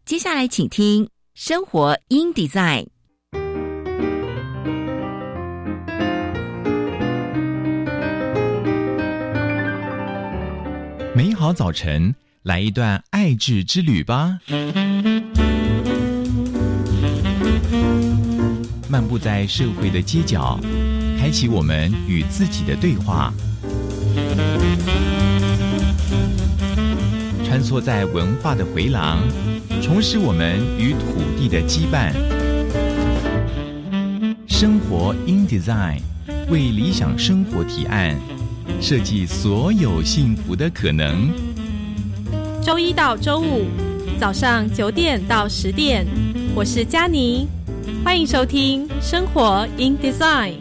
接下来请听生活 in Design。 美好早晨，来一段爱智之旅吧。漫步在社会的街角，开启我们与自己的对话。穿梭在文化的回廊，重拾我们与土地的羁绊。生活 in Design 为理想生活提案，设计所有幸福的可能。 周一到周五早上9点到10点，我是嘉妮，欢迎收听生活 in Design。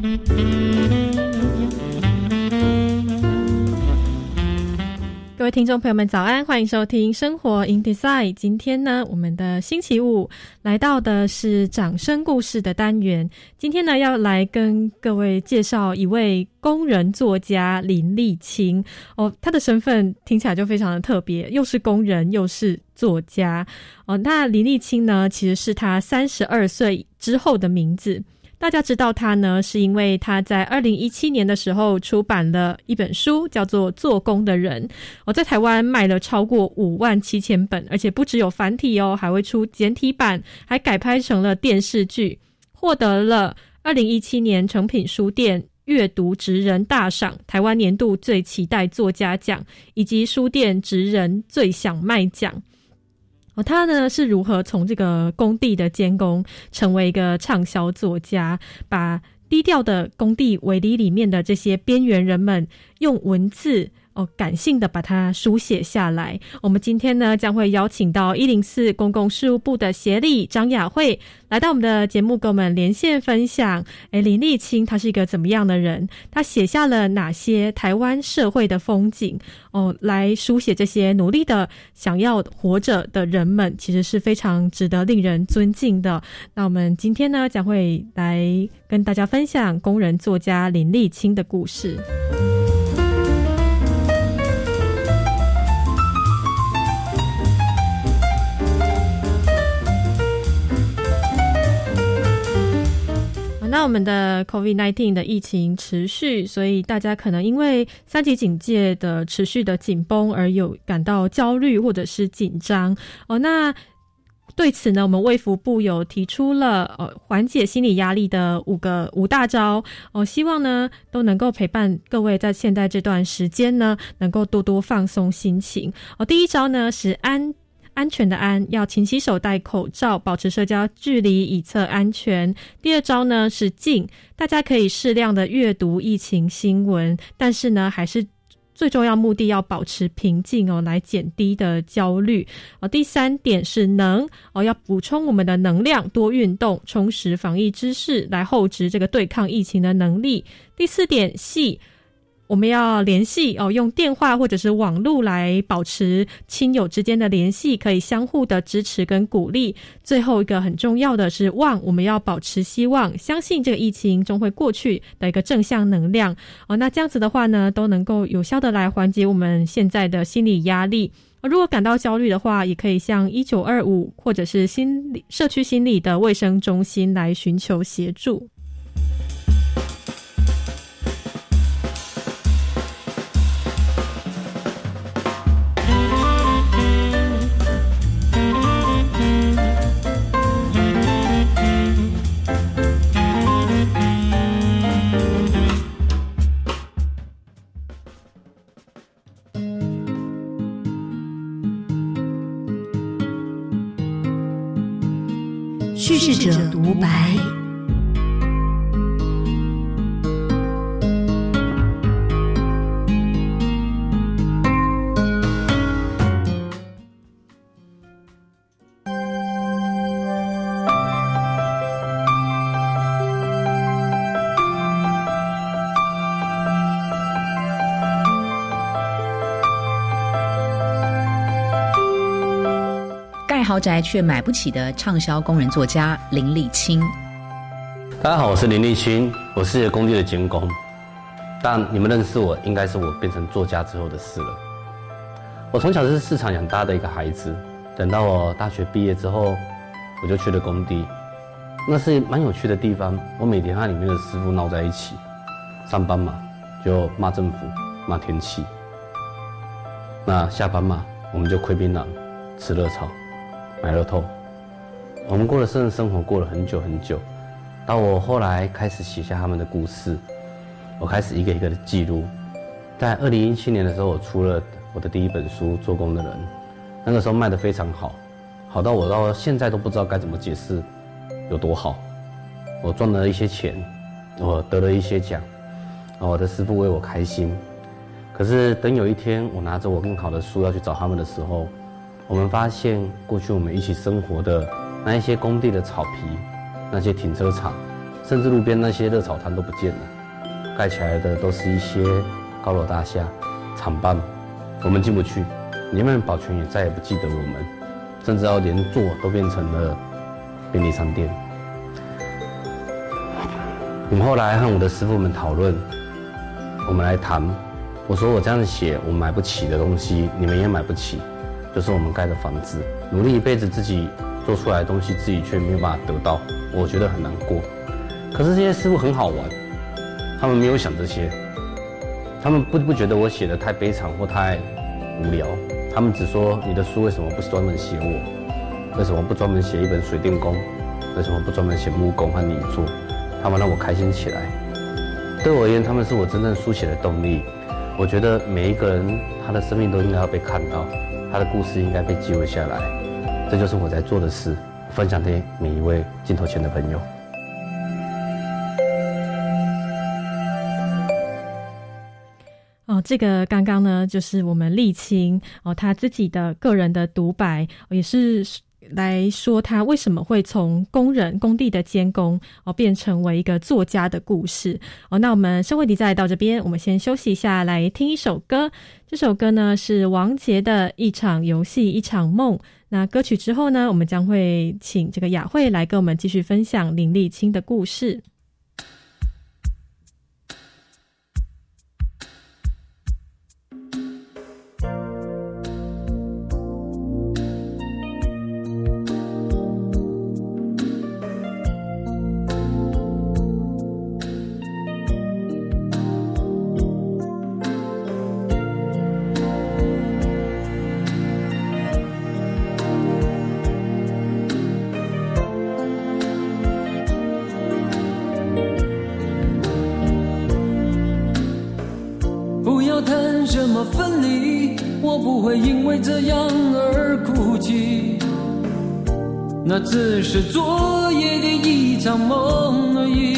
各位听众朋友们早安，欢迎收听生活 in Design。 今天呢，我们的星期五来到的是掌声故事的单元。今天呢，要来跟各位介绍一位工人作家林立青哦，他的身份听起来就非常的特别，又是工人又是作家哦。那林立青呢，其实是他32岁之后的名字。大家知道他呢，是因为他在2017年的时候出版了一本书，叫做《做工的人》。在台湾卖了超过57000本，而且不只有繁体哦，还会出简体版，还改拍成了电视剧，获得了2017年诚品书店阅读职人大赏、台湾年度最期待作家奖，以及书店职人最想卖奖。他呢是如何从这个工地的监工成为一个畅销作家，把低调的工地围篱里面的这些边缘人们用文字感性的把它书写下来。我们今天呢将会邀请到104公共事务部的协理张雅慧来到我们的节目，跟我们连线分享林立青他是一个怎么样的人，他写下了哪些台湾社会的风景来书写这些努力的想要活着的人们，其实是非常值得令人尊敬的。那我们今天呢将会来跟大家分享工人作家林立青的故事。那我们的 COVID-19 的疫情持续，所以大家可能因为3级警戒的持续的紧绷而有感到焦虑或者是紧张那对此呢，我们卫福部有提出了缓解心理压力的五大招希望呢都能够陪伴各位在现在这段时间呢能够多多放松心情第一招呢是安全的安，要勤洗手、戴口罩，保持社交距离以测安全。第二招呢是静，大家可以适量的阅读疫情新闻，但是呢还是最重要目的要保持平静来减低的焦虑第三点是能要补充我们的能量，多运动，充实防疫知识，来厚植这个对抗疫情的能力。第四点细，我们要联系用电话或者是网络来保持亲友之间的联系，可以相互的支持跟鼓励。最后一个很重要的是望，我们要保持希望，相信这个疫情终会过去的一个正向能量那这样子的话呢，都能够有效的来缓解我们现在的心理压力。如果感到焦虑的话，也可以向1925或者是社区心理的卫生中心来寻求协助。 叙事者独白。 豪宅却买不起的畅销工人作家林立青。 大家好，我是林立青，我是工地的监工。但你们认识我，应该是我变成作家之后的事了。我从小是市场养大的一个孩子， 等到我大学毕业之后，我就去了工地，那是蛮有趣的地方。我每天和里面的师傅闹在一起，上班嘛就骂政府、骂天气，那下班嘛我们就亏槟榔、吃热炒、买乐透。我们过了生活过了很久很久，到我后来开始写下他们的故事，我开始一个一个的记录。在2017年的时候，我出了我的第一本书《做工的人》，那个时候卖得非常好，好到我到现在都不知道该怎么解释有多好。我赚了一些钱，我得了一些奖，我的师父为我开心。可是等有一天我拿着我更好的书要去找他们的时候，我们发现过去我们一起生活的那一些工地的草皮，那些停车场，甚至路边那些热炒摊都不见了，盖起来的都是一些高楼大厦、厂办，我们进不去，里面保全也再也不记得我们，甚至要连座都变成了便利商店。我们后来和我的师父们讨论，我们来谈。我说我这样写，我们买不起的东西，你们也买不起，就是我们盖的房子。努力一辈子自己做出来的东西，自己却没有办法得到，我觉得很难过。可是这些师父很好玩，他们没有想这些。他们不觉得我写的太悲惨或太无聊，他们只说你的书为什么不专门写我？为什么不专门写一本水电工？为什么不专门写木工和泥作？他们让我开心起来。对我而言，他们是我真正书写的动力。我觉得每一个人他的生命都应该要被看到，他的故事应该被记录下来。这就是我在做的事，分享给每一位镜头前的朋友。 这个刚刚呢，就是我们立青他自己的个人的独白，也是来说他为什么会从工地的监工变成为一个作家的故事。那我们生活题材到这边，我们先休息一下，来听一首歌。这首歌呢是王杰的《一场游戏一场梦》。那歌曲之后呢，我们将会请这个雅慧来跟我们继续分享林立青的故事。 分离，我不会因为这样而哭泣，那只是昨夜的一场梦而已。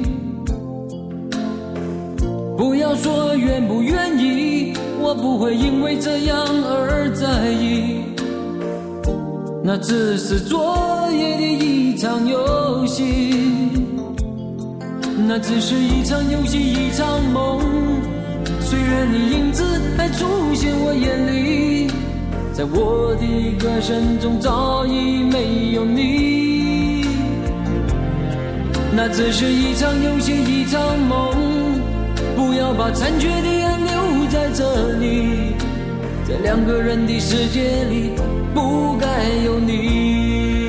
不要说愿不愿意，我不会因为这样而在意，那只是昨夜的一场游戏，那只是一场游戏一场梦。虽然你影子还出现我眼里，在我的歌声中早已没有你，那只是一场游戏一场梦。不要把残缺的爱留在这里，在两个人的世界里不该有你。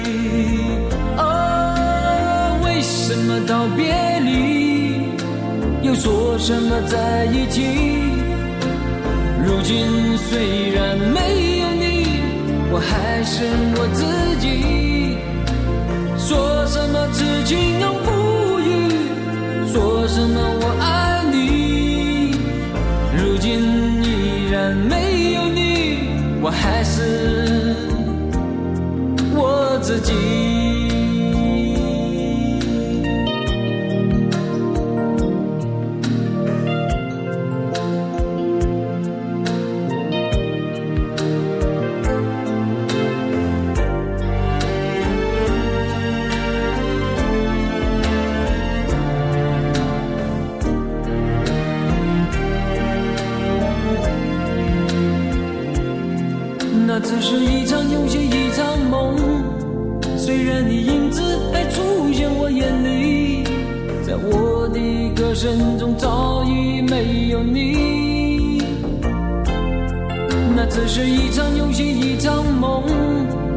为什么道别离，又说什么在一起？如今虽然没有你，我还是我自己。说什么痴情永不渝，说什么我爱你，如今依然没有你，我还是我自己。那只是一场游戏一场梦，虽然你影子还出现我眼里，在我的歌声中早已没有你。那只是一场游戏一场梦，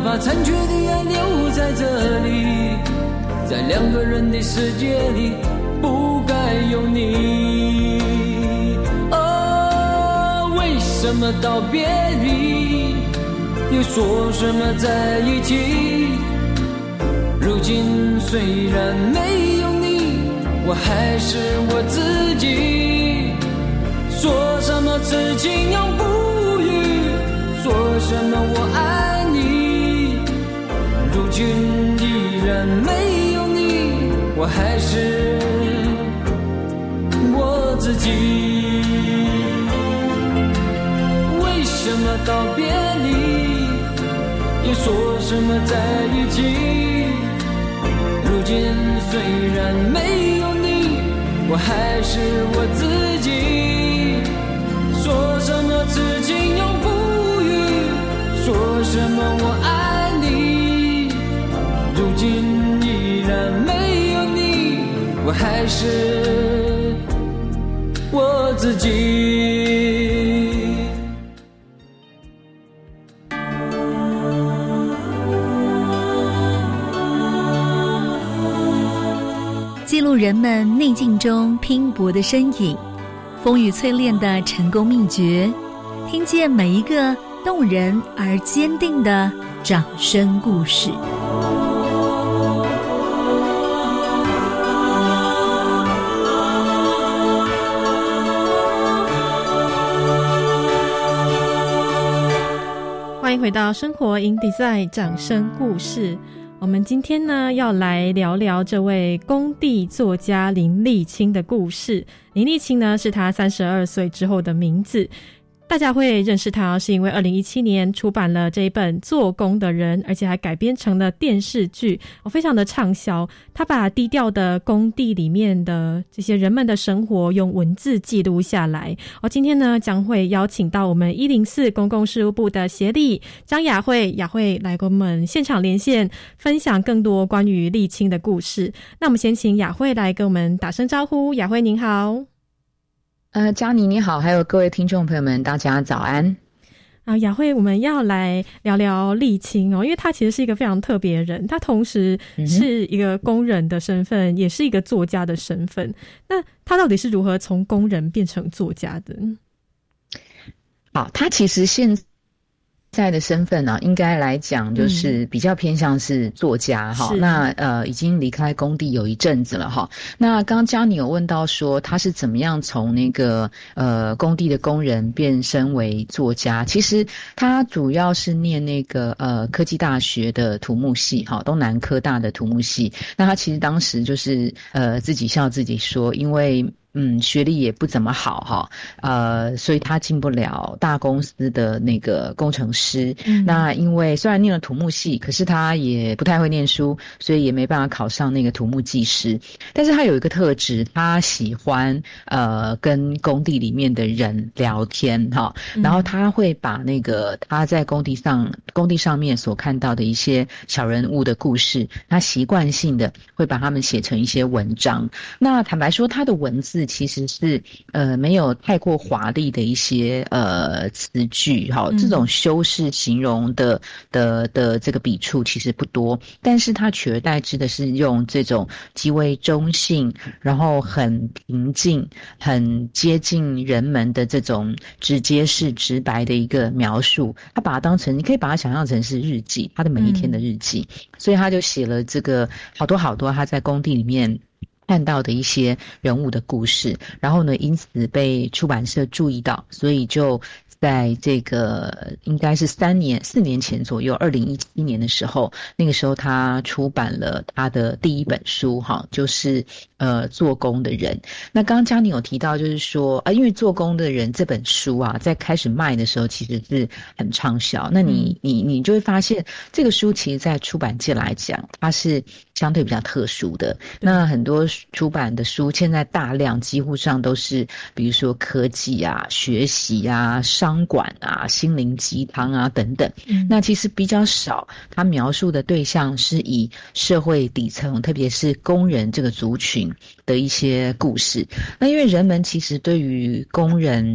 把残缺的爱留在这里，在两个人的世界里不该有你。为什么道别离，又说什么在一起？如今虽然没有你，我还是我自己。说什么此情永不渝，说什么我爱你，如今依然没有你，我还是我自己。为什么道别离，又说什么在一起？如今虽然没有你，我还是我自己。说什么此情永不渝，说什么我爱你，如今依然没有你，我还是我自己。 记录人们逆境中拼搏的身影，风雨淬炼的成功秘诀，听见每一个动人而坚定的掌声故事。 欢迎回到生活 in Design 掌声故事。我们今天呢要来聊聊这位工地作家林立青的故事。林立青呢是他32岁之后的名字，大家会认识他是因为2017年出版了这一本《做工的人》，而且还改编成了电视剧，非常的畅销。他把低调的工地里面的这些人们的生活用文字记录下来。今天呢将会邀请到我们104公共事务部的协理张雅慧来跟我们现场连线，分享更多关于立青的故事。那我们先请雅慧来跟我们打声招呼。雅慧您好。 嘉妮你好，还有各位听众朋友们，大家早安。 雅慧，我们要来聊聊立青因为他其实是一个非常特别的人，他同时是一个工人的身份，也是一个作家的身份。那他到底是如何从工人变成作家的？ 好，他其实现在的身份应该来讲就是比较偏向是作家哈。那已经离开工地有一阵子了哈。那刚刚嘉妮有问到说他是怎么样从那个工地的工人变身为作家。其实他主要是念那个科技大学的土木系哈，东南科大的土木系。那他其实当时就是自己笑自己说，因为学历也不怎么好哈，所以他进不了大公司的那个工程师。那因为虽然念了土木系，可是他也不太会念书，所以也没办法考上那个土木技师。但是他有一个特质，他喜欢跟工地里面的人聊天哈，然后他会把那个他在工地上面所看到的一些小人物的故事，他习惯性的会把他们写成一些文章。那坦白说，他的文字其实是没有太过华丽的一些词句哈，这种修饰形容的这个笔触其实不多，但是它取而代之的是用这种极为中性，然后很平静，很接近人们的这种直接式直白的一个描述。他把它当成，你可以把它想象成是日记，他的每一天的日记。所以他就写了这个好多好多他在工地里面看到的一些人物的故事，然后呢，因此被出版社注意到，所以就在这个应该是4年前左右，2017年的时候，那个时候他出版了他的第一本书哈，就是做工的人。那刚刚嘉妮有提到，就是说因为做工的人这本书在开始卖的时候其实是很畅销。那你就会发现，这个书其实在出版界来讲，它是相对比较特殊的。那很多出版的书现在大量几乎上都是比如说科技学习商管心灵鸡汤等等。那其实比较少，他描述的对象是以社会底层，特别是工人这个族群的一些故事。那因为人们其实对于工人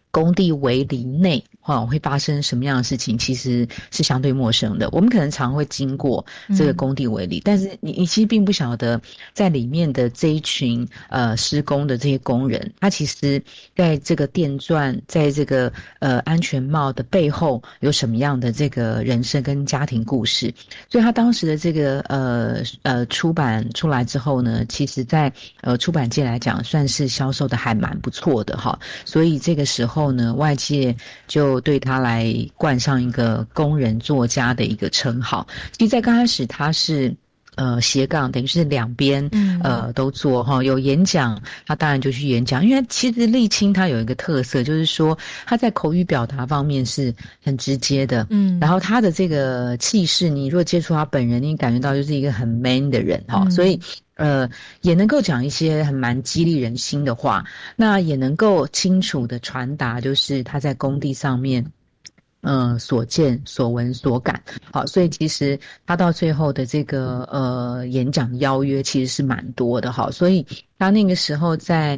工地围篱内会发生什么样的事情，其实是相对陌生的。我们可能常会经过这个工地围篱，但是你其实并不晓得在里面的这一群施工的这些工人，他其实在这个电钻，在这个安全帽的背后有什么样的这个人生跟家庭故事。所以他当时的这个出版出来之后呢，其实在出版界来讲算是销售的还蛮不错的哈。所以这个时候呢，外界就对他来冠上一个工人作家的一个称号。其实在刚开始他是斜杠，等于是两边都做哈，有演讲他当然就去演讲，因为其实立青他有一个特色，就是说他在口语表达方面是很直接的，然后他的这个气势，你如果接触他本人，你感觉到就是一个很 man 的人哈，所以也能够讲一些很蛮激励人心的话，那也能够清楚的传达，就是他在工地上面所见所闻所感。好，所以其实他到最后的这个演讲邀约其实是蛮多的。好，所以他那个时候在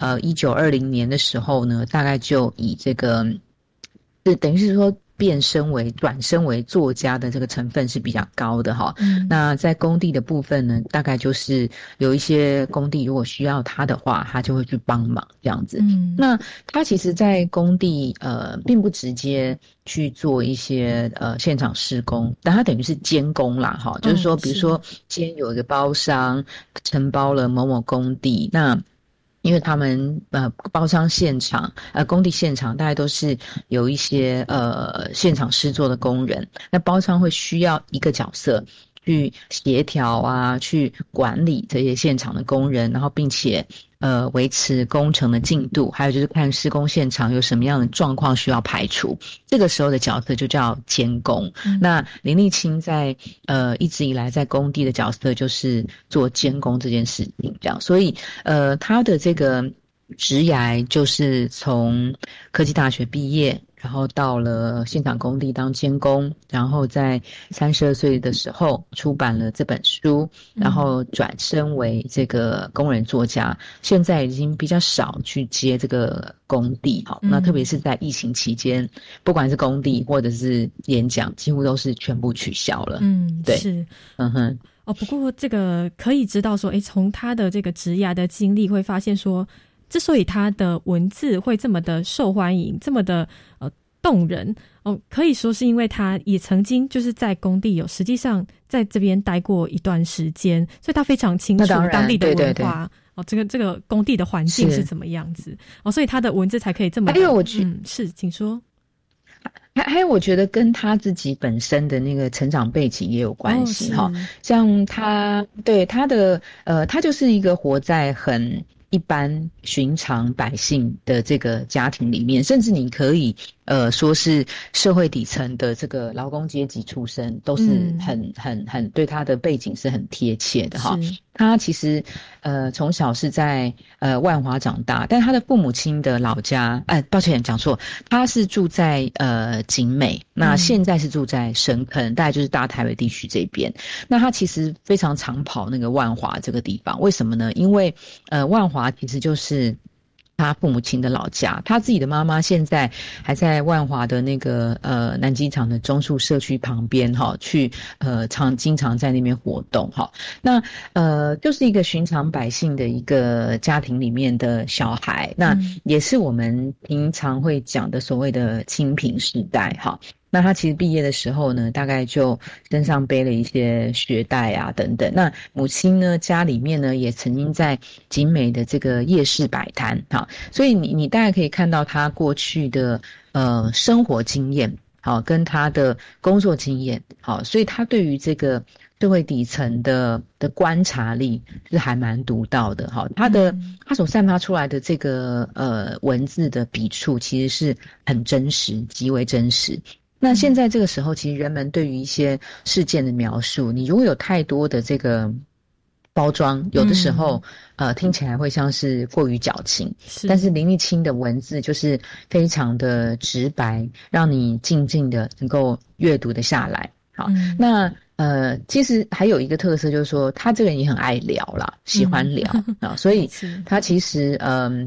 1920年的时候呢，大概就以这个等于是说转身为作家的这个成分是比较高的哈。那在工地的部分呢，大概就是有一些工地如果需要他的话，他就会去帮忙这样子。那他其实在工地并不直接去做一些现场施工，但他等于是监工啦哈，就是说比如说今天有一个包商承包了某某工地，那因为他们包商现场工地现场大概都是有一些现场施作的工人，那包商会需要一个角色去协调啊，去管理这些现场的工人，然后并且维持工程的进度，还有就是看施工现场有什么样的状况需要排除，这个时候的角色就叫监工。那林立青在一直以来在工地的角色就是做监工这件事情这样，所以他的这个职涯就是从科技大学毕业，然后到了现场工地当监工，然后在32岁的时候出版了这本书，然后转身为这个工人作家，现在已经比较少去接这个工地。好，那特别是在疫情期间，不管是工地或者是演讲，几乎都是全部取消了。对， 是，不过这个可以知道说，从他的这个职涯的经历会发现说，之所以他的文字会这么的受欢迎，这么的动人可以说是因为他也曾经就是在工地实际上在这边待过一段时间，所以他非常清楚当地的文化。对这个工地的环境是怎么样子所以他的文字才可以这么是，请说。 还有我觉得跟他自己本身的那个成长背景也有关系哈。像他对他的他就是一个活在很一般寻常百姓的这个家庭里面，甚至你可以说是社会底层的这个劳工阶级出身，都是很对他的背景是很贴切的哈。他其实从小是在万华长大，但他的父母亲的老家抱歉讲错，他是住在景美，那现在是住在深坑，大概就是大台北地区这边。那他其实非常常跑那个万华这个地方，为什么呢？因为万华其实就是他父母亲的老家，他自己的妈妈现在还在万华的那个南机场的中树社区旁边去经常在那边活动那就是一个寻常百姓的一个家庭里面的小孩，那也是我们平常会讲的所谓的清贫世代那他其实毕业的时候呢，大概就身上背了一些学贷啊等等。那母亲呢，家里面呢也曾经在景美的这个夜市摆摊所以你大概可以看到他过去的生活经验跟他的工作经验所以他对于这个社会底层的观察力是还蛮独到的他所散发出来的这个文字的笔触其实是很真实，极为真实。那现在这个时候，其实人们对于一些事件的描述，你如果有太多的这个包装，有的时候听起来会像是过于矫情，但是林立青的文字就是非常的直白，让你静静的能够阅读的下来。那其实还有一个特色就是说，他这个人也很爱聊啦，喜欢聊所以他其实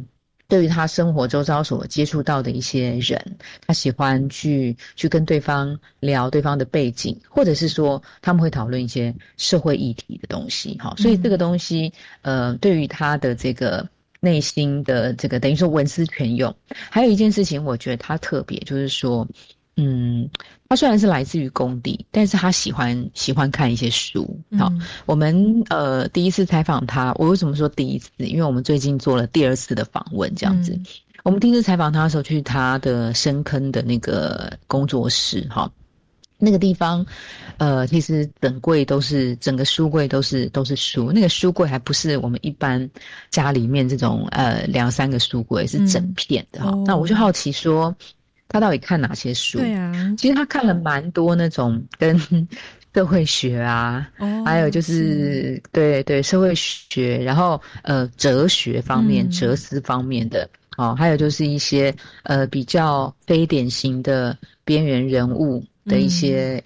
对于他生活周遭所接触到的一些人，他喜欢去跟对方聊对方的背景，或者是说他们会讨论一些社会议题的东西。所以这个东西对于他的这个内心的这个等于说文思泉涌。还有一件事情我觉得他特别，就是说他虽然是来自于工地，但是他喜欢看一些书。我们第一次采访他，我为什么说第一次？因为我们最近做了第二次的访问，这样子。我们第一次采访他的时候，去他的深坑的那个工作室，那个地方，其实整个书柜都是书，那个书柜还不是我们一般家里面这种2-3个书柜，是整片的。那我就好奇说，他到底看哪些书？对啊，其实他看了蛮多那种跟社会学啊，还有就是对社会学，然后哲学方面、哲思方面的，还有就是一些比较非典型的边缘人物的一些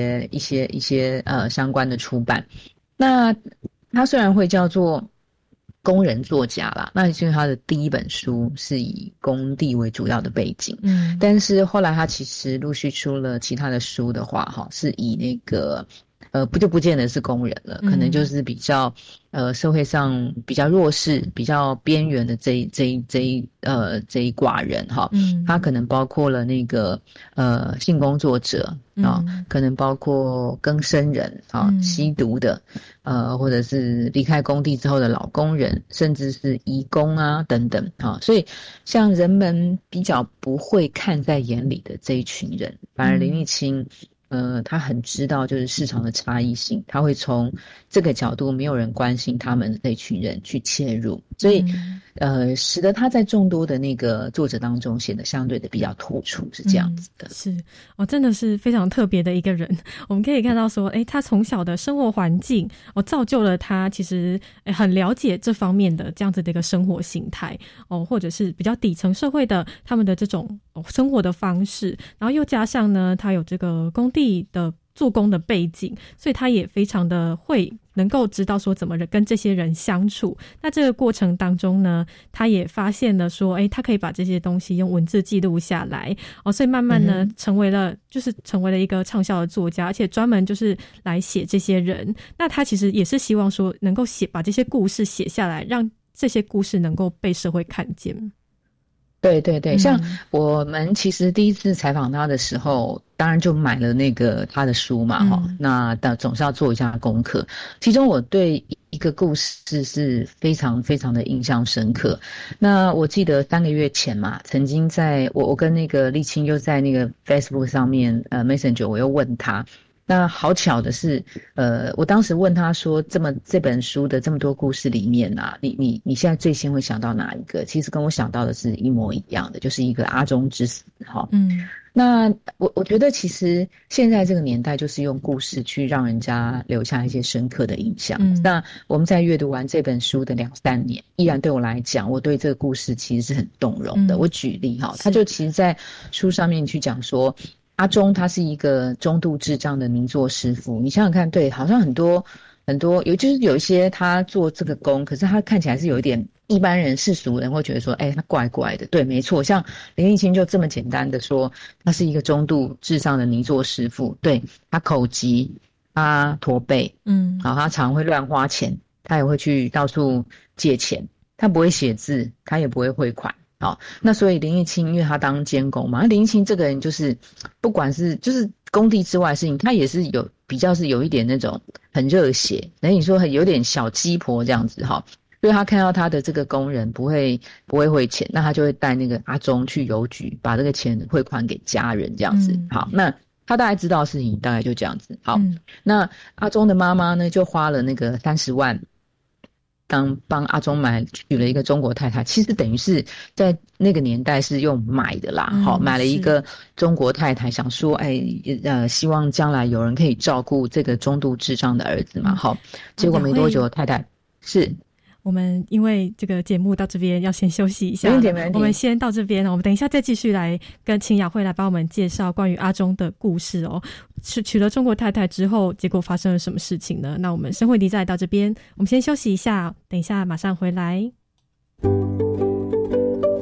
相关的出版。那他虽然会叫做工人作家啦，那就是他的第一本书是以工地为主要的背景，但是后来他其实陆续出了其他的书的话，是以那个不见得是工人了，可能就是比较社会上比较弱势、比较边缘的这一挂人他可能包括了那个性工作者可能包括更生人吸毒的或者是离开工地之后的老工人，甚至是移工啊等等所以像人们比较不会看在眼里的这一群人，反而林立青他很知道就是市场的差异性，他会从这个角度没有人关心他们的这群人去切入，所以使得他在众多的那个作者当中显得相对的比较突出，是这样子的。 是真的是非常特别的一个人。我们可以看到说他从小的生活环境造就了他其实很了解这方面的这样子的一个生活形态或者是比较底层社会的他们的这种生活的方式，然后又加上呢他有这个工地的做工的背景，所以他也非常的会能够知道说怎么跟这些人相处。那这个过程当中呢，他也发现了说他可以把这些东西用文字记录下来所以慢慢呢成为了一个畅销的作家，而且专门就是来写这些人。那他其实也是希望说能够把这些故事写下来，让这些故事能够被社会看见。 对对对，像我们其实第一次采访他的时候，当然就买了那个他的书嘛那总是要做一下功课。其中我对一个故事是非常非常的印象深刻。那我记得3个月前嘛，曾经在我跟那个立青又在那个 Facebook 上面Messenger 我又问他。那好巧的是我当时问他说这本书的这么多故事里面你现在最先会想到哪一个？其实跟我想到的是一模一样的，就是一个阿中之死那我觉得其实现在这个年代就是用故事去让人家留下一些深刻的印象那我们在阅读完这本书的2-3年，依然对我来讲，我对这个故事其实是很动容的我举例他就其实在书上面去讲说阿中他是一个中度智障的泥作师傅，你想想看，对，好像很多就是有一些他做这个工，可是他看起来是有一点一般人世俗人会觉得说他怪怪的。对，没错，像林立青就这么简单的说他是一个中度智障的泥作师傅，对，他口疾，他驼背他常会乱花钱，他也会去到处借钱，他不会写字，他也不会汇款那所以林立青因为他当监工嘛，林立青这个人就是不管是就是工地之外的事情，他也是比较是有一点那种很热血，等于你说有点小鸡婆这样子所以他看到他的这个工人不会汇钱，那他就会带那个阿中去邮局把这个钱汇款给家人这样子好，那他大概知道的事情大概就这样子好那阿中的妈妈呢就花了那个30万帮阿中娶了一个中国太太，其实等于是在那个年代是用买的啦买了一个中国太太，想说希望将来有人可以照顾这个中度智障的儿子嘛结果没多久太太是我们因为这个节目到这边要先休息一下，我们先到这边，我们等一下再继续来跟秦雅慧来帮我们介绍关于阿中的故事娶了中国太太之后，结果发生了什么事情呢？那我们生活题材到这边，我们先休息一下，等一下马上回来。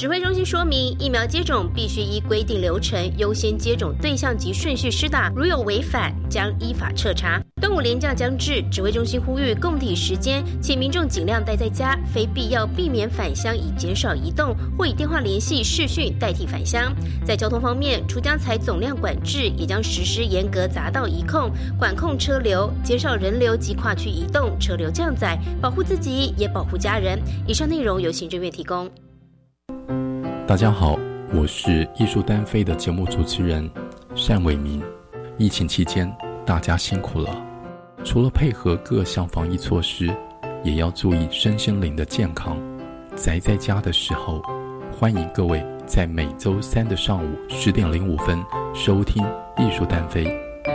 指挥中心说明，疫苗接种必须依规定流程优先接种对象及顺序施打，如有违反，将依法彻查。端午连假将至，指挥中心呼吁共体时间，请民众尽量待在家，非必要避免返乡，以减少移动，或以电话联系、视讯代替返乡。在交通方面，除将采总量管制，也将实施严格匝道移控，管控车流，减少人流及跨区移动，车流降载，保护自己也保护家人。以上内容由行政院提供。 大家好，我是艺术单飞的节目主持人单伟民。疫情期间大家辛苦了，除了配合各项防疫措施，也要注意身心灵的健康。宅在家的时候，欢迎各位在每周三的上午10点05分收听艺术单飞，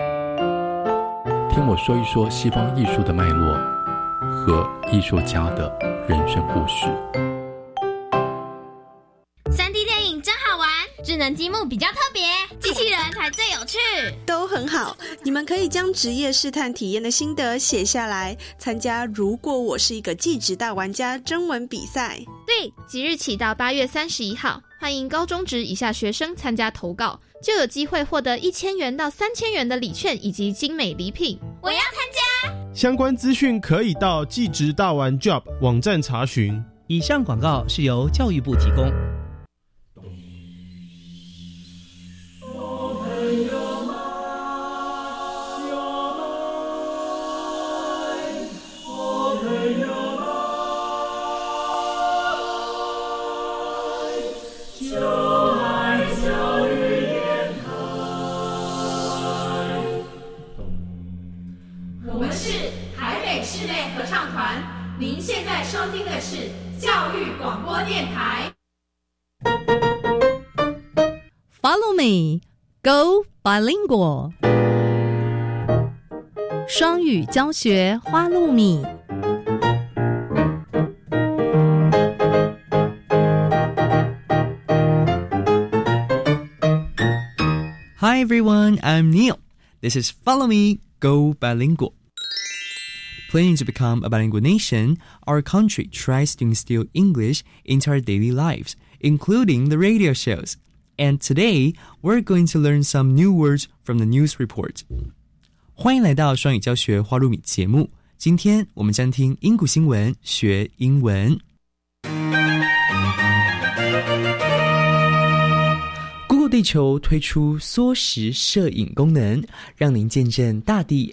听我说一说西方艺术的脉络和艺术家的人生故事。 3D 电影真好玩，智能积木比较特别，机器人才最有趣。 都很好，你们可以将职业试探体验的心得写下来，参加如果我是一个技职大玩家征文比赛。 对，即日起到8月31号，欢迎高中职以下学生参加投稿，就有机会获得1000元到3000元的礼券以及精美礼品。 我要参加！ 相关资讯可以到技职大玩 Job 网站查询。 以上广告是由教育部提供。 您现在收听的是教育广播电台。 Follow me, go bilingual。双语教学花露米。 Hi everyone, I'm Neil. This is Follow Me, Go Bilingual. Planning to become a bilingual nation, our country tries to instill English into our daily lives, including the radio shows. And today, we're going to learn some new words from the news report. 欢迎来到双语教学花露米节目。今天我们将听英古新闻学英文。Google 地球推出缩时摄影功能，让您见证大地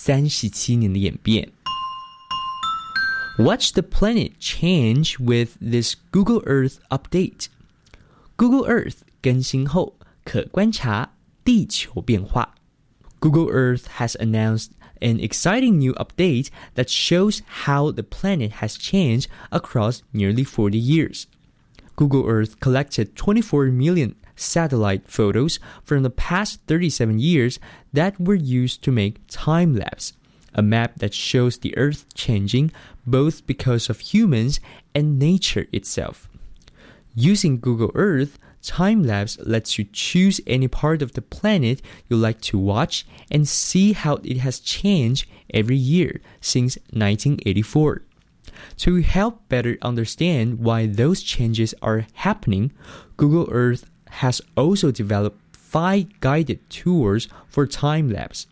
37年的演变。Watch the planet change with this Google Earth update. Google Earth 更新后，可观察地球变化。Google Earth has announced an exciting new update that shows how the planet has changed across nearly 40 years. Google Earth collected 24 million satellite photos from the past 37 years that were used to make time-lapse, a map that shows the Earth changing both because of humans and nature itself. Using Google Earth, time-lapse lets you choose any part of the planet you like to watch and see how it has changed every year since 1984. To help better understand why those changes are happening, Google Earth has also developed 5 guided tours for time-lapse.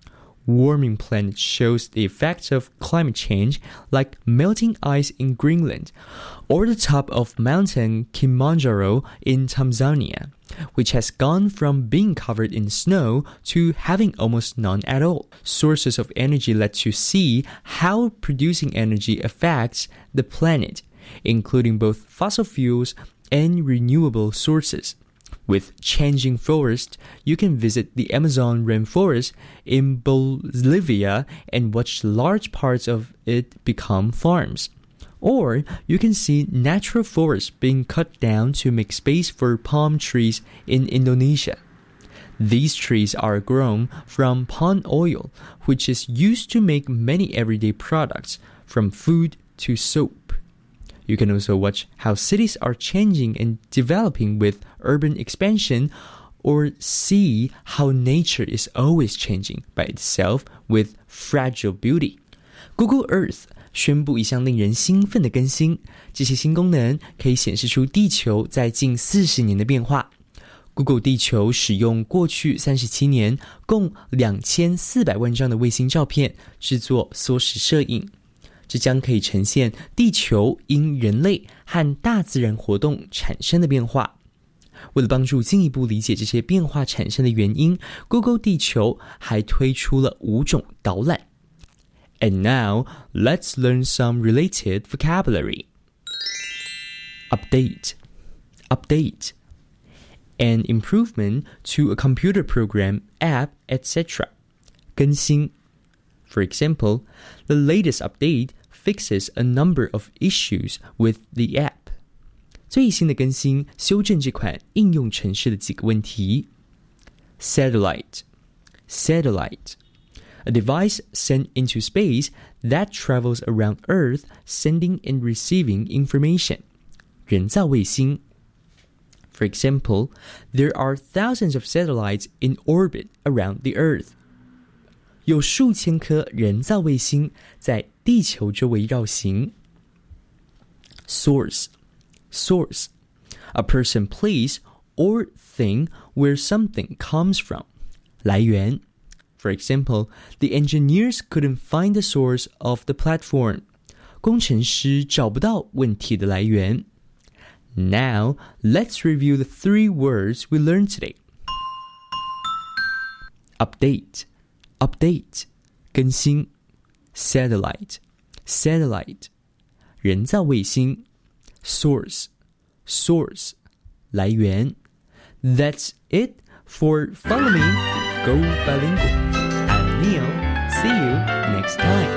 Warming planet shows the effects of climate change, like melting ice in Greenland, or the top of Mountain Kilimanjaro in Tanzania, which has gone from being covered in snow to having almost none at all. Sources of energy let you see how producing energy affects the planet, including both fossil fuels and renewable sources. With changing forests, you can visit the Amazon rainforest in Bolivia and watch large parts of it become farms. Or you can see natural forests being cut down to make space for palm trees in Indonesia. These trees are grown from palm oil, which is used to make many everyday products, from food to soap. You can also watch how cities are changing and developing with urban expansion, or see how nature is always changing by itself with fragile beauty. Google Earth 宣布一项令人兴奋的更新。这些新功能可以显示出地球在近40年的变化。Google 地球使用过去37年共2400万张的卫星照片制作缩时摄影，这将可以呈现地球因人类和大自然活动产生的变化。为了帮助进一步理解这些变化产生的原因， Google 地球还推出了5种导览。And now, let's learn some related vocabulary. Update. An improvement to a computer program, app, etc. 更新。For example, the latest update fixes a number of issues with the app. 最新的更新修正这款应用程式的几个问题。Satellite. A device sent into space that travels around Earth, sending and receiving information. 人造卫星。For example, there are thousands of satellites in orbit around the Earth. 有数千颗人造卫星在地球周围绕行。Source. A person, place, or thing where something comes from. 来源。For example, the engineers couldn't find the source of the platform. 工程师找不到问题的来源。Now, let's review the 3 words we learned today. Update. 更新。Satellite. 人造卫星。Source. 来源。That's it for Follow Me, Go Bilingual. I'm Neil. See you next time.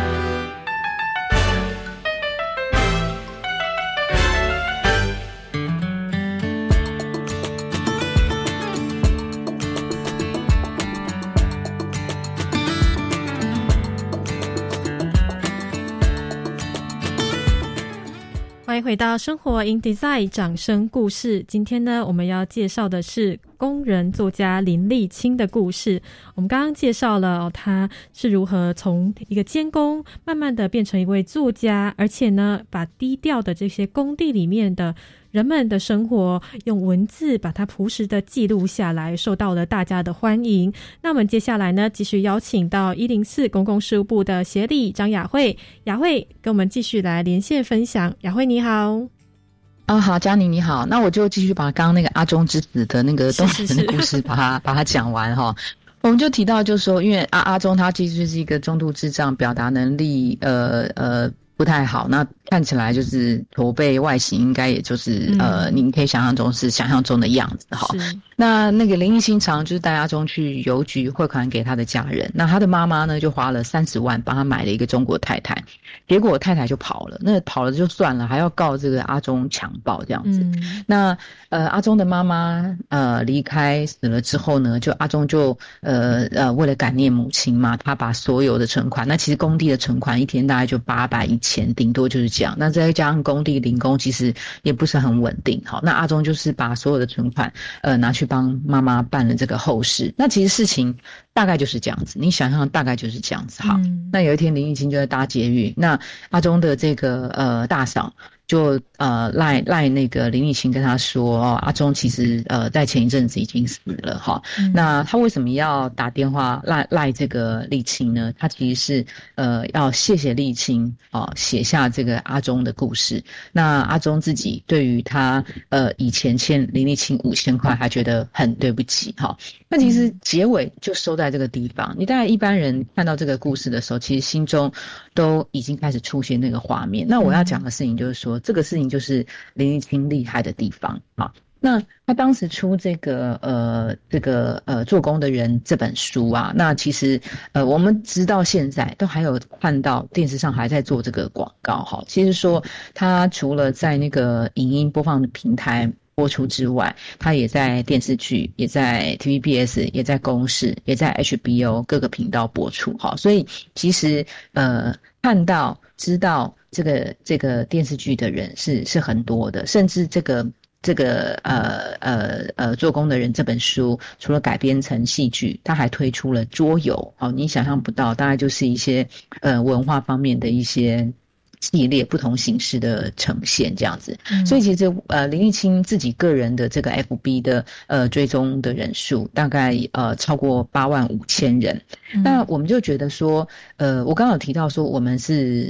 欢迎回到生活 in Design 掌声故事。今天呢，我们要介绍的是工人作家林立青的故事。我们刚刚介绍了他是如何从一个监工慢慢的变成一位作家，而且呢，把低调的这些工地里面的人们的生活用文字把它朴实的记录下来，受到了大家的欢迎。那我们接下来呢，继续邀请到104公共事务部的协理张雅慧，雅慧跟我们继续来连线分享。雅慧你好。 好，嘉宁你好，那我就继续把刚刚那个阿中之子的那个动人的故事把它讲完哈。我们就提到就是说，因为阿中他其实是一个中度智障，表达能力不太好，那看起来就是驼背外形应该也就是您可以想象中是想象中的样子哈。那个林立青常就是带阿中去邮局汇款给他的家人，那他的妈妈呢就花了30万帮他买了一个中国太太，结果太太就跑了，那跑了就算了，还要告这个阿中强暴这样子。那阿中的妈妈离开死了之后呢，就阿中就为了感念母亲嘛，他把所有的存款，那其实工地的存款一天大概就800、1000，顶多就是这样。那再加上工地零工其实也不是很稳定。好，那阿中就是把所有的存款拿去帮妈妈办了这个后事。那其实事情大概就是这样子，你想象大概就是这样子。好，那有一天林立青就在搭捷运，那阿中的这个大嫂就赖那个林立青跟他说阿中其实在前一阵子已经死了哈。那他为什么要打电话赖这个立青呢？他其实是要谢谢立青写下这个阿中的故事。那阿中自己对于他以前欠林立青5000块还觉得很对不起哈。那其实结尾就收在这个地方，你大概一般人看到这个故事的时候，其实心中都已经开始出现那个画面。那我要讲的事情就是说，这个事情就是林立青厉害的地方啊。那他当时出这个做工的人这本书啊，那其实我们直到现在都还有看到电视上还在做这个广告哈。其实说他除了在那个影音播放的平台播出之外，他也在电视剧，也在 TVBS， 也在公视，也在 HBO 各个频道播出哈。所以其实看到知道这个电视剧的人是很多的，甚至这这个做工的人这本书除了改编成戏剧，他还推出了桌游，你想象不到，大概就是一些文化方面的一些系列不同形式的呈现这样子。所以其实林立青自己个人的这个 FB 的追踪的人数大概超过85000人。那我们就觉得说我刚刚有提到说我们是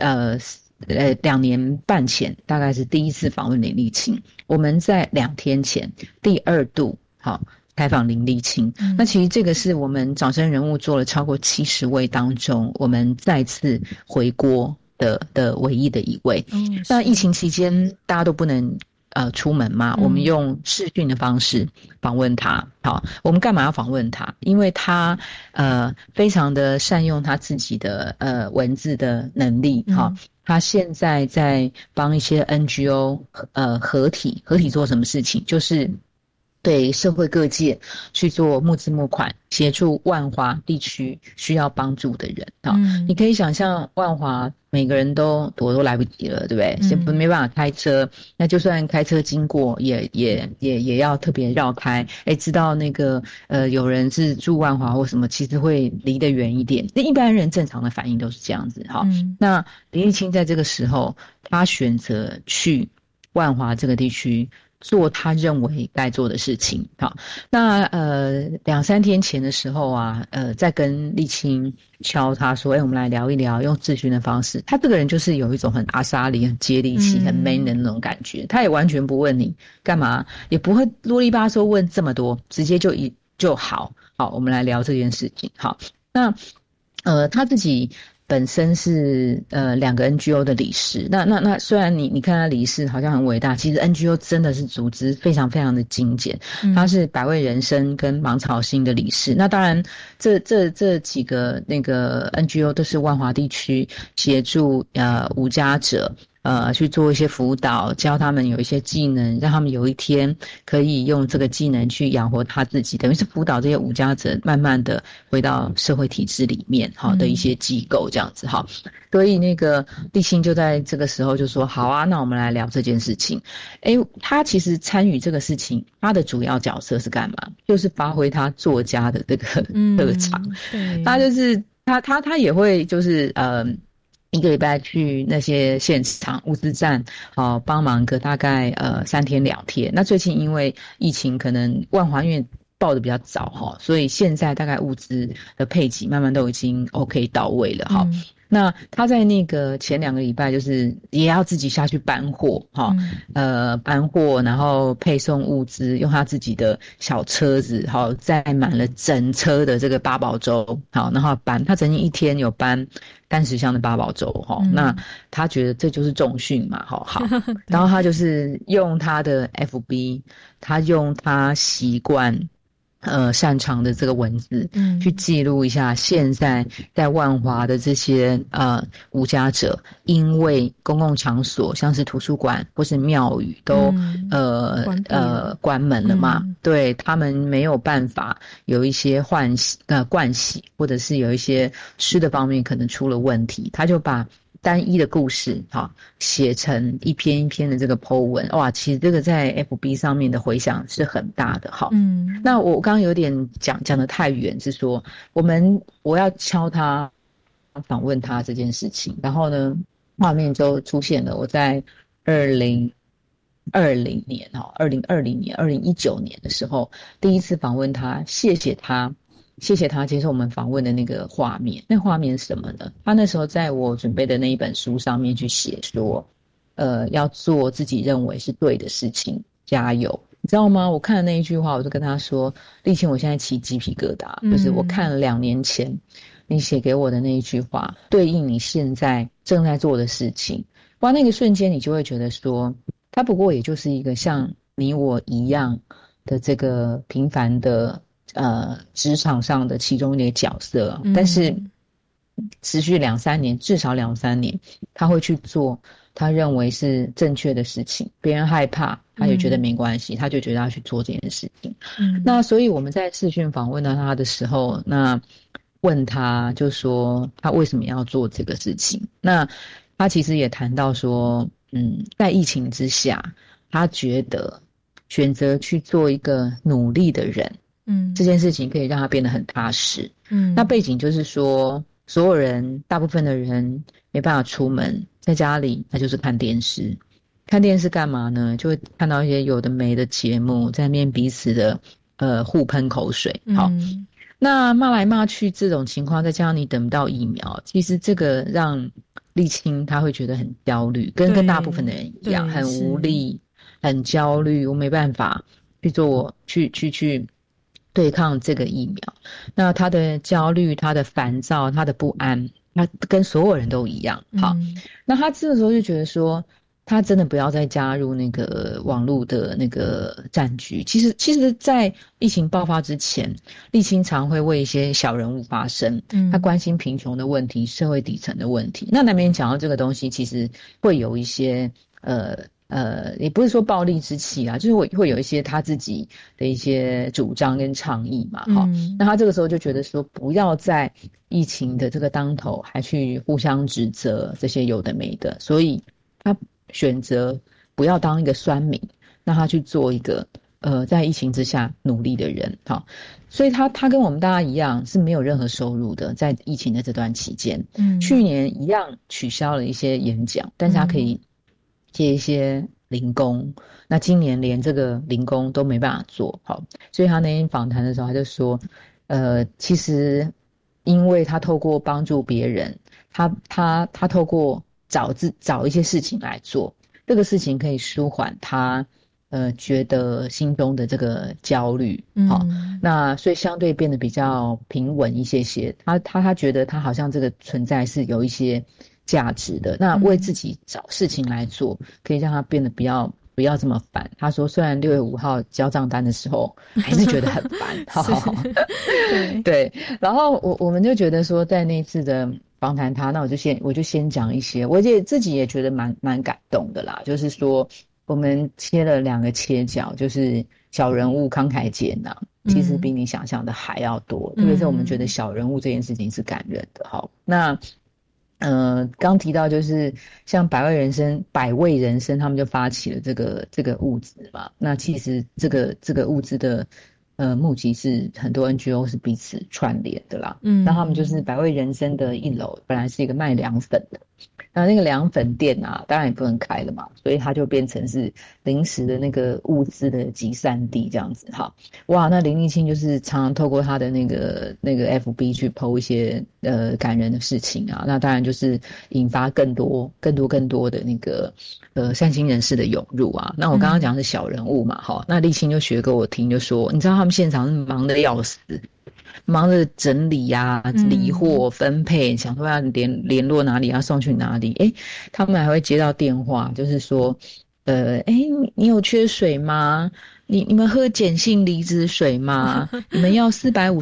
2年半前大概是第一次访问林立青，我们在2天前第2度采访林立青。那其实这个是我们掌声人物做了超过70位当中，我们再次回国的唯一的一位。那疫情期间大家都不能出门嘛，我们用视讯的方式访问他。好，我们干嘛要访问他？因为他非常的善用他自己的文字的能力。好，他现在在帮一些 NGO 合体做什么事情？就是对社会各界去做募资募款，协助万华地区需要帮助的人。你可以想象万华每个人都来不及了，对不对？没办法开车，那就算开车经过也要特别绕开。知道那个有人是住万华或什么，其实会离得远一点。那一般人正常的反应都是这样子。好，那林立青在这个时候，他选择去万华这个地区做他认为该做的事情。好，那2-3天前的时候啊，在跟立青敲他说，我们来聊一聊，用咨询的方式。他这个人就是有一种很阿莎里、很接地气、很 man 的那种感觉。他也完全不问你干嘛，也不会啰里吧嗦问这么多，直接就好，我们来聊这件事情。好，那他自己本身是2个 NGO 的理事。那虽然你看他理事好像很伟大，其实 NGO 真的是组织非常非常的精简。他是百味人生跟芒草心的理事。那当然这几个那个 NGO 都是万华地区协助无家者去做一些辅导，教他们有一些技能，让他们有一天可以用这个技能去养活他自己，等于是辅导这些无家者慢慢的回到社会体制里面的一些机构这样子。好，所以那个立青就在这个时候就说，好啊，那我们来聊这件事情。他其实参与这个事情，他的主要角色是干嘛？就是发挥他作家的这个特长。他就是他也会就是1个礼拜去那些现场物资站帮忙个大概3天2天。那最近因为疫情，可能万华因为报的比较早所以现在大概物资的配给慢慢都已经 OK 到位了。那他在那个前2个礼拜就是也要自己下去搬货搬货，然后配送物资，用他自己的小车子载满了整车的这个八宝粥然后搬。他曾经一天有搬30箱的八宝粥那他觉得这就是重训嘛好然后他就是用他的 FB， 他用他习惯擅长的这个文字去记录一下现在在万华的这些无家者，因为公共场所像是图书馆或是庙宇都关门了嘛，对，他们没有办法有一些盥洗，或者是有一些吃的方面可能出了问题，他就把单一的故事写成一篇一篇的这个 po 文。哇，其实这个在 FB 上面的回响是很大的。那我刚刚有点讲得太远，是说我要敲他访问他这件事情，然后呢画面就出现了我在2020年2019年的时候第一次访问他，谢谢他接受我们访问的那个画面。那画面是什么呢？他那时候在我准备的那一本书上面去写说要做自己认为是对的事情，加油。你知道吗？我看了那一句话，我就跟他说，立青，我现在起鸡皮疙瘩，就是我看了2年前你写给我的那一句话，对应你现在正在做的事情。哇，那个瞬间你就会觉得说，他不过也就是一个像你我一样的这个平凡的职场上的其中一个角色，但是持续2-3年，至少2-3年，他会去做他认为是正确的事情，别人害怕他也觉得没关系，他就觉得要去做这件事情。那所以我们在视讯访问到他的时候，那问他就说他为什么要做这个事情。那他其实也谈到说在疫情之下，他觉得选择去做一个努力的人，这件事情可以让他变得很踏实。那背景就是说，所有人大部分的人没办法出门，在家里那就是看电视。看电视干嘛呢？就会看到一些有的没的节目，在那边彼此的互喷口水。好，那骂来骂去这种情况，再加上你等不到疫苗，其实这个让立青他会觉得很焦虑，跟大部分的人一样，很无力，很焦虑，我没办法去对抗这个疫苗。那他的焦虑，他的烦躁，他的不安，他跟所有人都一样。好，那他这个时候就觉得说，他真的不要再加入那个网络的那个战局。其实在疫情爆发之前，立青常会为一些小人物发声，他关心贫穷的问题，社会底层的问题。那难免讲到这个东西，其实会有一些也不是说暴力之气啊，就是会有一些他自己的一些主张跟倡议嘛。那他这个时候就觉得说，不要在疫情的这个当头还去互相指责这些有的没的，所以他选择不要当一个酸民，让他去做一个在疫情之下努力的人。好，所以他跟我们大家一样是没有任何收入的，在疫情的这段期间。去年一样取消了一些演讲，但是他可以接一些零工，那今年连这个零工都没办法做。好，所以他那天访谈的时候他就说，其实因为他透过帮助别人，他透过找一些事情来做，这个事情可以舒缓他觉得心中的这个焦虑。好，那所以相对变得比较平稳一些。他觉得他好像这个存在是有一些价值的，那为自己找事情来做，可以让他变得不要这么烦。他说虽然6月5号交账单的时候还是觉得很烦。对，然后我们就觉得说，在那次的访谈他，那我就先讲一些，我自己也觉得蛮感动的啦。就是说我们切了2个切角，就是小人物慷慨解囊，其实比你想象的还要多，特别是我们觉得小人物这件事情是感人的。好，那刚提到就是像百味人生他们就发起了这个物资嘛。那其实这个物资的募集是很多 NGO 是彼此串联的啦。那他们就是百味人生的1楼本来是一个卖凉粉的，那个凉粉店啊当然也不能开了嘛，所以它就变成是临时的那个物资的集散地这样子。好，哇，那林立青就是常常透过他的那个 FB 去 po 一些感人的事情啊，那当然就是引发更多的那个善心人士的涌入啊。那我刚刚讲的是小人物嘛。好，那立青就学给我听，就说你知道他们现场是忙得要死，忙着整理啊、理货、分配，想说要联络哪里，要送去哪里。他们还会接到电话，就是说，你有缺水吗？你们喝碱性离子水吗？你们要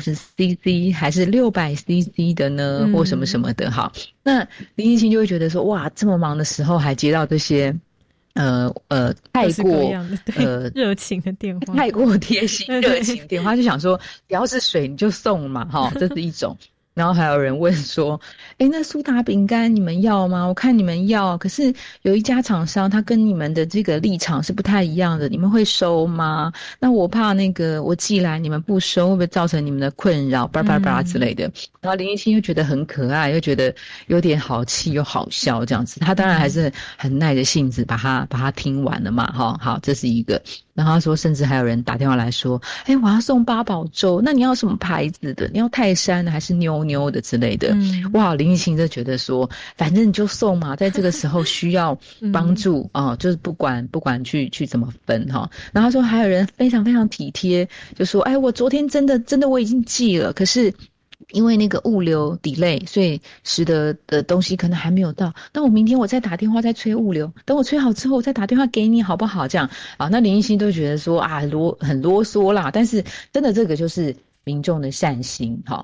450cc 还是600cc 的呢？或什么什么的。好，那林立青就会觉得说，哇，这么忙的时候还接到这些。太过热情的电话， 太过贴心热情电话，就想说只要是水你就送嘛，这是一种。然后还有人问说，那苏打饼干你们要吗？我看你们要，可是有一家厂商他跟你们的这个立场是不太一样的，你们会收吗？那我怕那个我寄来你们不收，会不会造成你们的困扰巴拉巴拉之类的。然后林立青又觉得很可爱，又觉得有点好气又好笑这样子，他当然还是很耐着性子把它听完了嘛。好，这是一个。然后他说甚至还有人打电话来说，我要送八宝粥，那你要什么牌子的？你要泰山的还是妞妞的之类的。哇，林立青就觉得说反正你就送嘛，在这个时候需要帮助就是不管去怎么分哈。然后他说还有人非常非常体贴，就说我昨天真的我已经寄了，可是因为那个物流 delay， 所以使得的东西可能还没有到。那我明天我再打电话再催物流，等我催好之后我再打电话给你好不好？这样啊，那林立青都觉得说很啰嗦啦，但是真的这个就是民众的善心。好，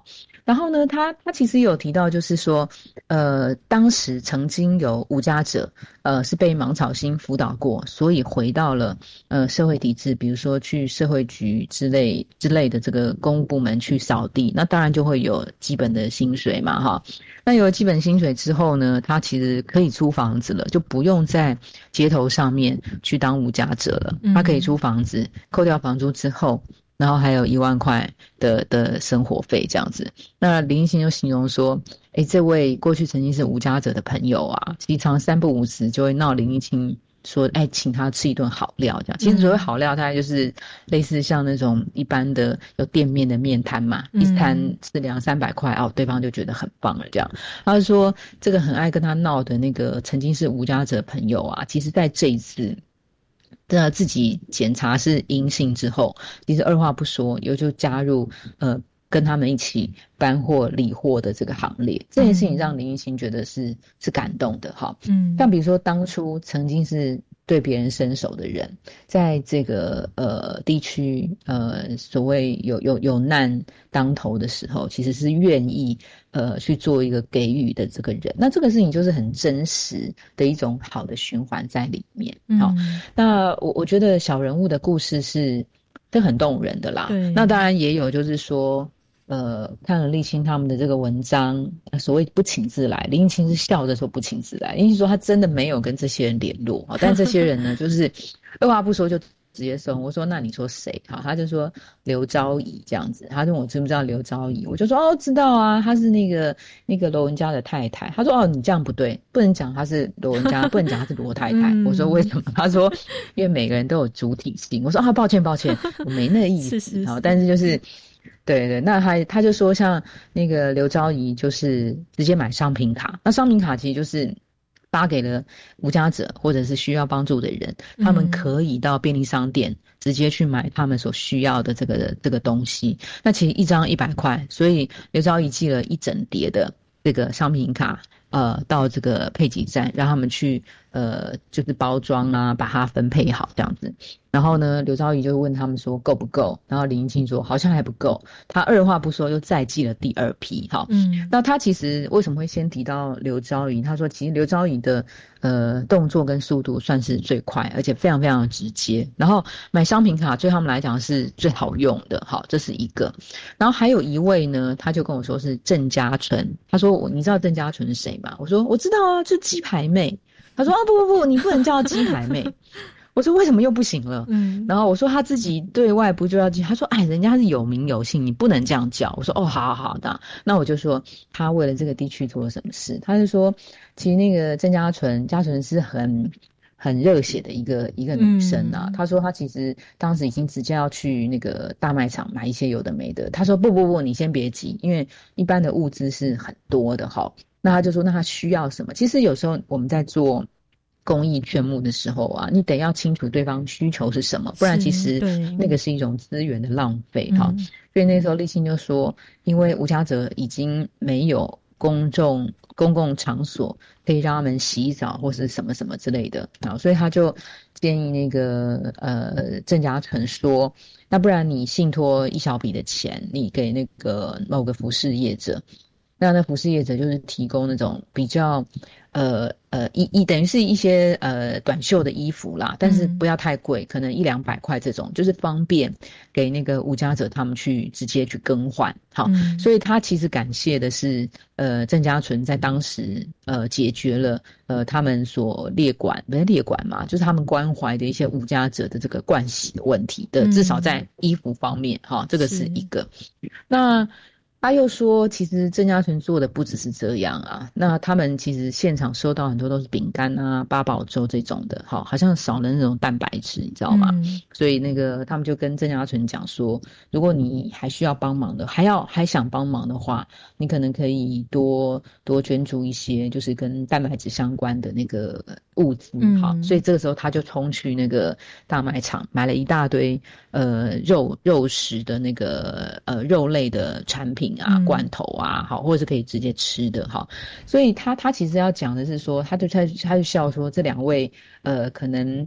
然后呢，他其实有提到，就是说，当时曾经有无家者，是被芒草心辅导过，所以回到了社会体制，比如说去社会局之类的这个公务部门去扫地，那当然就会有基本的薪水嘛，哈。那有了基本薪水之后呢，他其实可以租房子了，就不用在街头上面去当无家者了，他可以租房子，扣掉房租之后。然后还有1万块的生活费这样子。那林奕欣就形容说，这位过去曾经是无家者的朋友啊，其实常3不5时就会闹林奕欣说，请他吃一顿好料这样。其实所谓好料，大概就是类似像那种一般的有店面的面摊嘛，一摊是200-300块哦，对方就觉得很棒了这样。他就说，这个很爱跟他闹的那个曾经是无家者朋友啊，其实在这一次。自己检查是阴性之后，其实二话不说，又就加入跟他们一起搬货理货的这个行列。这件事情让林奕欣觉得是感动的哈。像比如说当初曾经是对别人伸手的人，在这个地区所谓有难当头的时候，其实是愿意去做一个给予的这个人。那这个事情就是很真实的一种好的循环在里面。好，那我觉得小人物的故事是很动人的啦。那当然也有就是说看了立青他们的这个文章，所谓不请自来，林奕欣是笑着说不请自来，林奕欣说他真的没有跟这些人联络，但这些人呢，就是二话不说就直接送。我说那你说谁？好，他就说刘昭仪这样子。他问我知不知道刘昭仪，我就说知道啊，他是那个罗文家的太太。他说你这样不对，不能讲他是罗文家，不能讲他是罗太太。我说为什么？他说因为每个人都有主体性。我说抱歉，我没那个意思。好，但是就是对，那他就说像那个刘昭仪就是直接买商品卡，那商品卡其实就是发给了无家者或者是需要帮助的人，他们可以到便利商店直接去买他们所需要的这个东西。那其实一张100块，所以刘昭仪寄了一整叠的这个商品卡到这个配给站，让他们去就是包装啊，把它分配好这样子。然后呢，刘昭仪就问他们说够不够，然后林奕欣说好像还不够，他二话不说又再寄了第2批。好，那他其实为什么会先提到刘昭仪？他说其实刘昭仪的动作跟速度算是最快，而且非常非常的直接。然后买商品卡对他们来讲是最好用的。好，这是一个。然后还有一位呢，他就跟我说是郑家纯。他说你知道郑家纯是谁吗？我说我知道啊，就是鸡排妹。他说不，你不能叫鸡排妹。我说为什么又不行了？然后我说他自己对外不就要他说人家是有名有姓，你不能这样叫。我说好的。那我就说他为了这个地区做了什么事。他就说其实那个郑家纯是很热血的一个女生啊。他说他其实当时已经直接要去那个大卖场买一些有的没的。他说不，你先别急，因为一般的物资是很多的。好，那他就说那他需要什么？其实有时候我们在做公益劝募的时候啊，你得要清楚对方需求是什么，不然其实那个是一种资源的浪费。好，所以那时候立青就说，因为无家者已经没有公共场所可以让他们洗澡或是什么什么之类的，好，所以他就建议那个郑家纯说，那不然你信托一小笔的钱，你给那个某个服饰业者。那服饰业者就是提供那种比较等于是一些短袖的衣服啦，但是不要太贵，可能100-200块这种，就是方便给那个无家者他们去直接去更换。好，所以他其实感谢的是郑家纯在当时解决了他们所不是列管嘛，就是他们关怀的一些无家者的这个盥洗的问题的，至少在衣服方面哈，这个是一个。那他又说其实郑家纯做的不只是这样啊，那他们其实现场收到很多都是饼干啊、八宝粥这种的，好像少了那种蛋白质，你知道吗？所以那个他们就跟郑家纯讲说，如果你还需要帮忙的，还想帮忙的话，你可能可以多捐助一些就是跟蛋白质相关的那个物资。好，所以这个时候他就冲去那个大卖场买了一大堆肉食的那个肉类的产品啊、罐头啊，好，或者是可以直接吃的。好，所以他其实要讲的是说，他就笑说这2位可能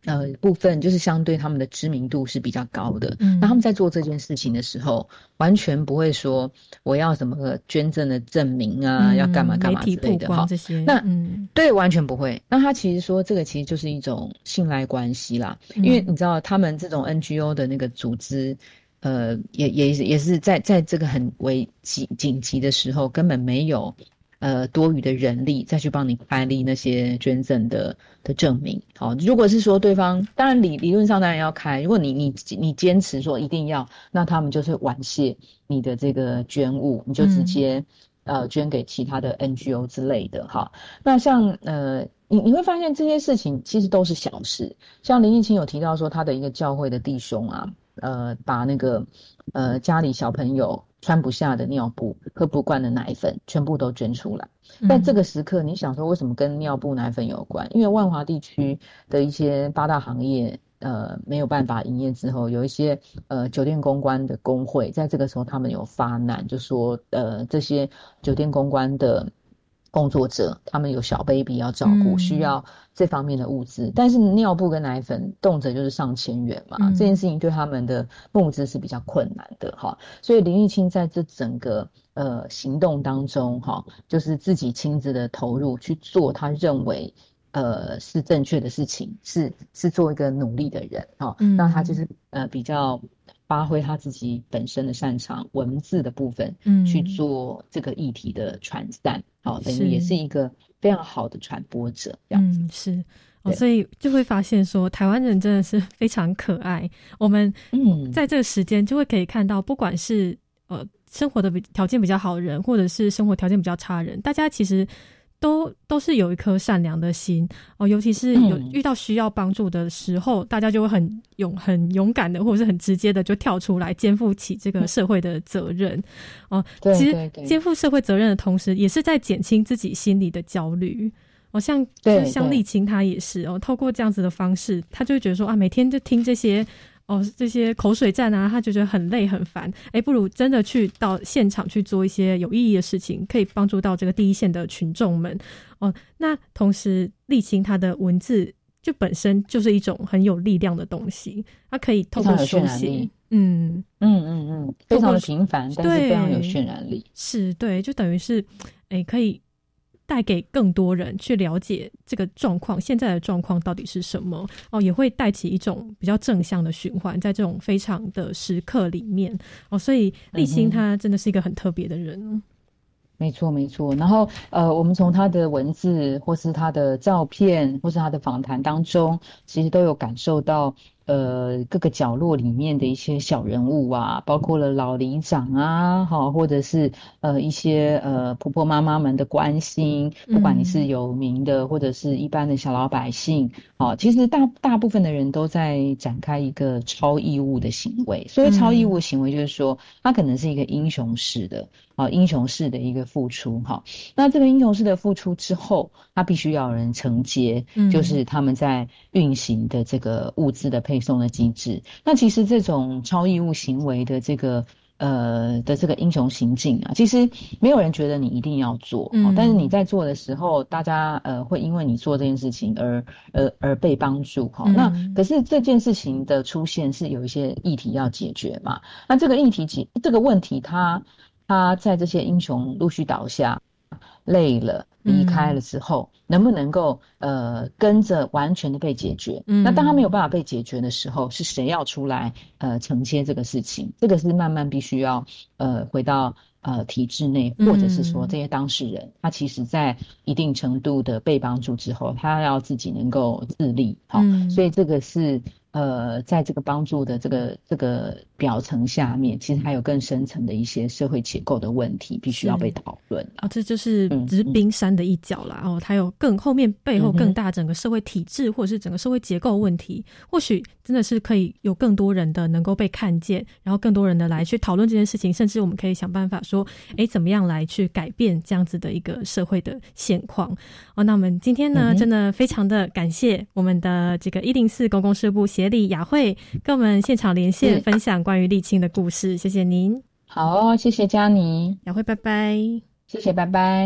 部分就是相对他们的知名度是比较高的。那他们在做这件事情的时候，完全不会说我要什么捐赠的证明啊，要干嘛干嘛之类的哈。那对，完全不会。那他其实说这个其实就是一种信赖关系啦，因为你知道他们这种 NGO 的那个组织。也是在这个很紧急的时候，根本没有多余的人力再去帮你开立那些捐赠的证明。好，如果是说对方，当然理论上当然要开，如果你坚持说一定要，那他们就是婉谢你的这个捐物，你就直接捐给其他的 NGO 之类的哈。那像你会发现这些事情其实都是小事，像林义清有提到说他的一个教会的弟兄啊。把那个家里小朋友穿不下的尿布、喝不惯的奶粉全部都捐出来。在这个时刻，你想说为什么跟尿布、奶粉有关？因为万华地区的一些8大行业没有办法营业之后，有一些酒店公关的工会，在这个时候他们有发难，就说这些酒店公关的工作者他们有小 baby 要照顾，需要这方面的物资，但是尿布跟奶粉动辄就是上千元嘛，这件事情对他们的募资是比较困难的哈。所以林义清在这整个行动当中哈，就是自己亲自的投入去做他认为是正确的事情，是做一个努力的人哈。那他就是比较发挥他自己本身的擅长文字的部分，去做这个议题的传散，好，等于也是一个非常好的传播者，这样子。 是所以就会发现说，台湾人真的是非常可爱。我们在这个时间就会可以看到，不管是生活的条件比较好的人，或者是生活条件比较差的人，大家其实都是有一颗善良的心尤其是有遇到需要帮助的时候，大家就会很勇敢的，或者是很直接的就跳出来肩负起这个社会的责任其实肩负社会责任的同时，也是在减轻自己心里的焦虑像立青他也是透过这样子的方式，他就会觉得说每天就听这些口水战啊，他就觉得很累很烦，不如真的去到现场去做一些有意义的事情，可以帮助到这个第一线的群众们那同时立青他的文字就本身就是一种很有力量的东西，它可以透过书写非常的平凡，但是非常有渲染力， 是对，就等于是可以带给更多人去了解这个状况，现在的状况到底是什么也会带起一种比较正向的循环，在这种非常的时刻里面所以立青他真的是一个很特别的人没错没错。然后我们从他的文字或是他的照片或是他的访谈当中，其实都有感受到各个角落里面的一些小人物啊，包括了老里长啊或者是一些婆婆妈妈们的关心，不管你是有名的或者是一般的小老百姓其实大部分的人都在展开一个超义务的行为。所谓超义务行为就是说他可能是一个英雄式的一个付出那这个英雄式的付出之后，他必须要有人承接就是他们在运行的这个物资的配送的机制。那其实这种超义务行为的这个英雄行径啊，其实没有人觉得你一定要做但是你在做的时候，大家会因为你做这件事情而被帮助那可是这件事情的出现是有一些议题要解决嘛，那这个问题他在这些英雄陆续倒下累了离开了之后，能不能够跟着完全的被解决那当他没有办法被解决的时候，是谁要出来承接这个事情？这个是慢慢必须要回到体制内，或者是说这些当事人他其实在一定程度的被帮助之后，他要自己能够自立所以这个是在这个帮助的这个表层下面，其实还有更深层的一些社会结构的问题必须要被讨论这就是只是冰山的一角啦还有后面背后更大整个社会体制或者是整个社会结构问题，或许真的是可以有更多人的能够被看见，然后更多人的来去讨论这件事情，甚至我们可以想办法说怎么样来去改变这样子的一个社会的现况那我们今天呢真的非常的感谢我们的这个104公共事务部协理雅慧跟我们现场连线分享关于立青的故事，谢谢您。 好谢谢嘉妮。 雅慧拜拜。 谢谢拜拜。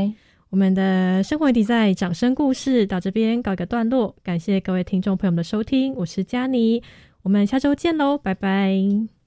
我们的生活design掌声故事到这边告一个段落，感谢各位听众朋友们的收听，我是嘉妮，我们下周见喽，拜拜。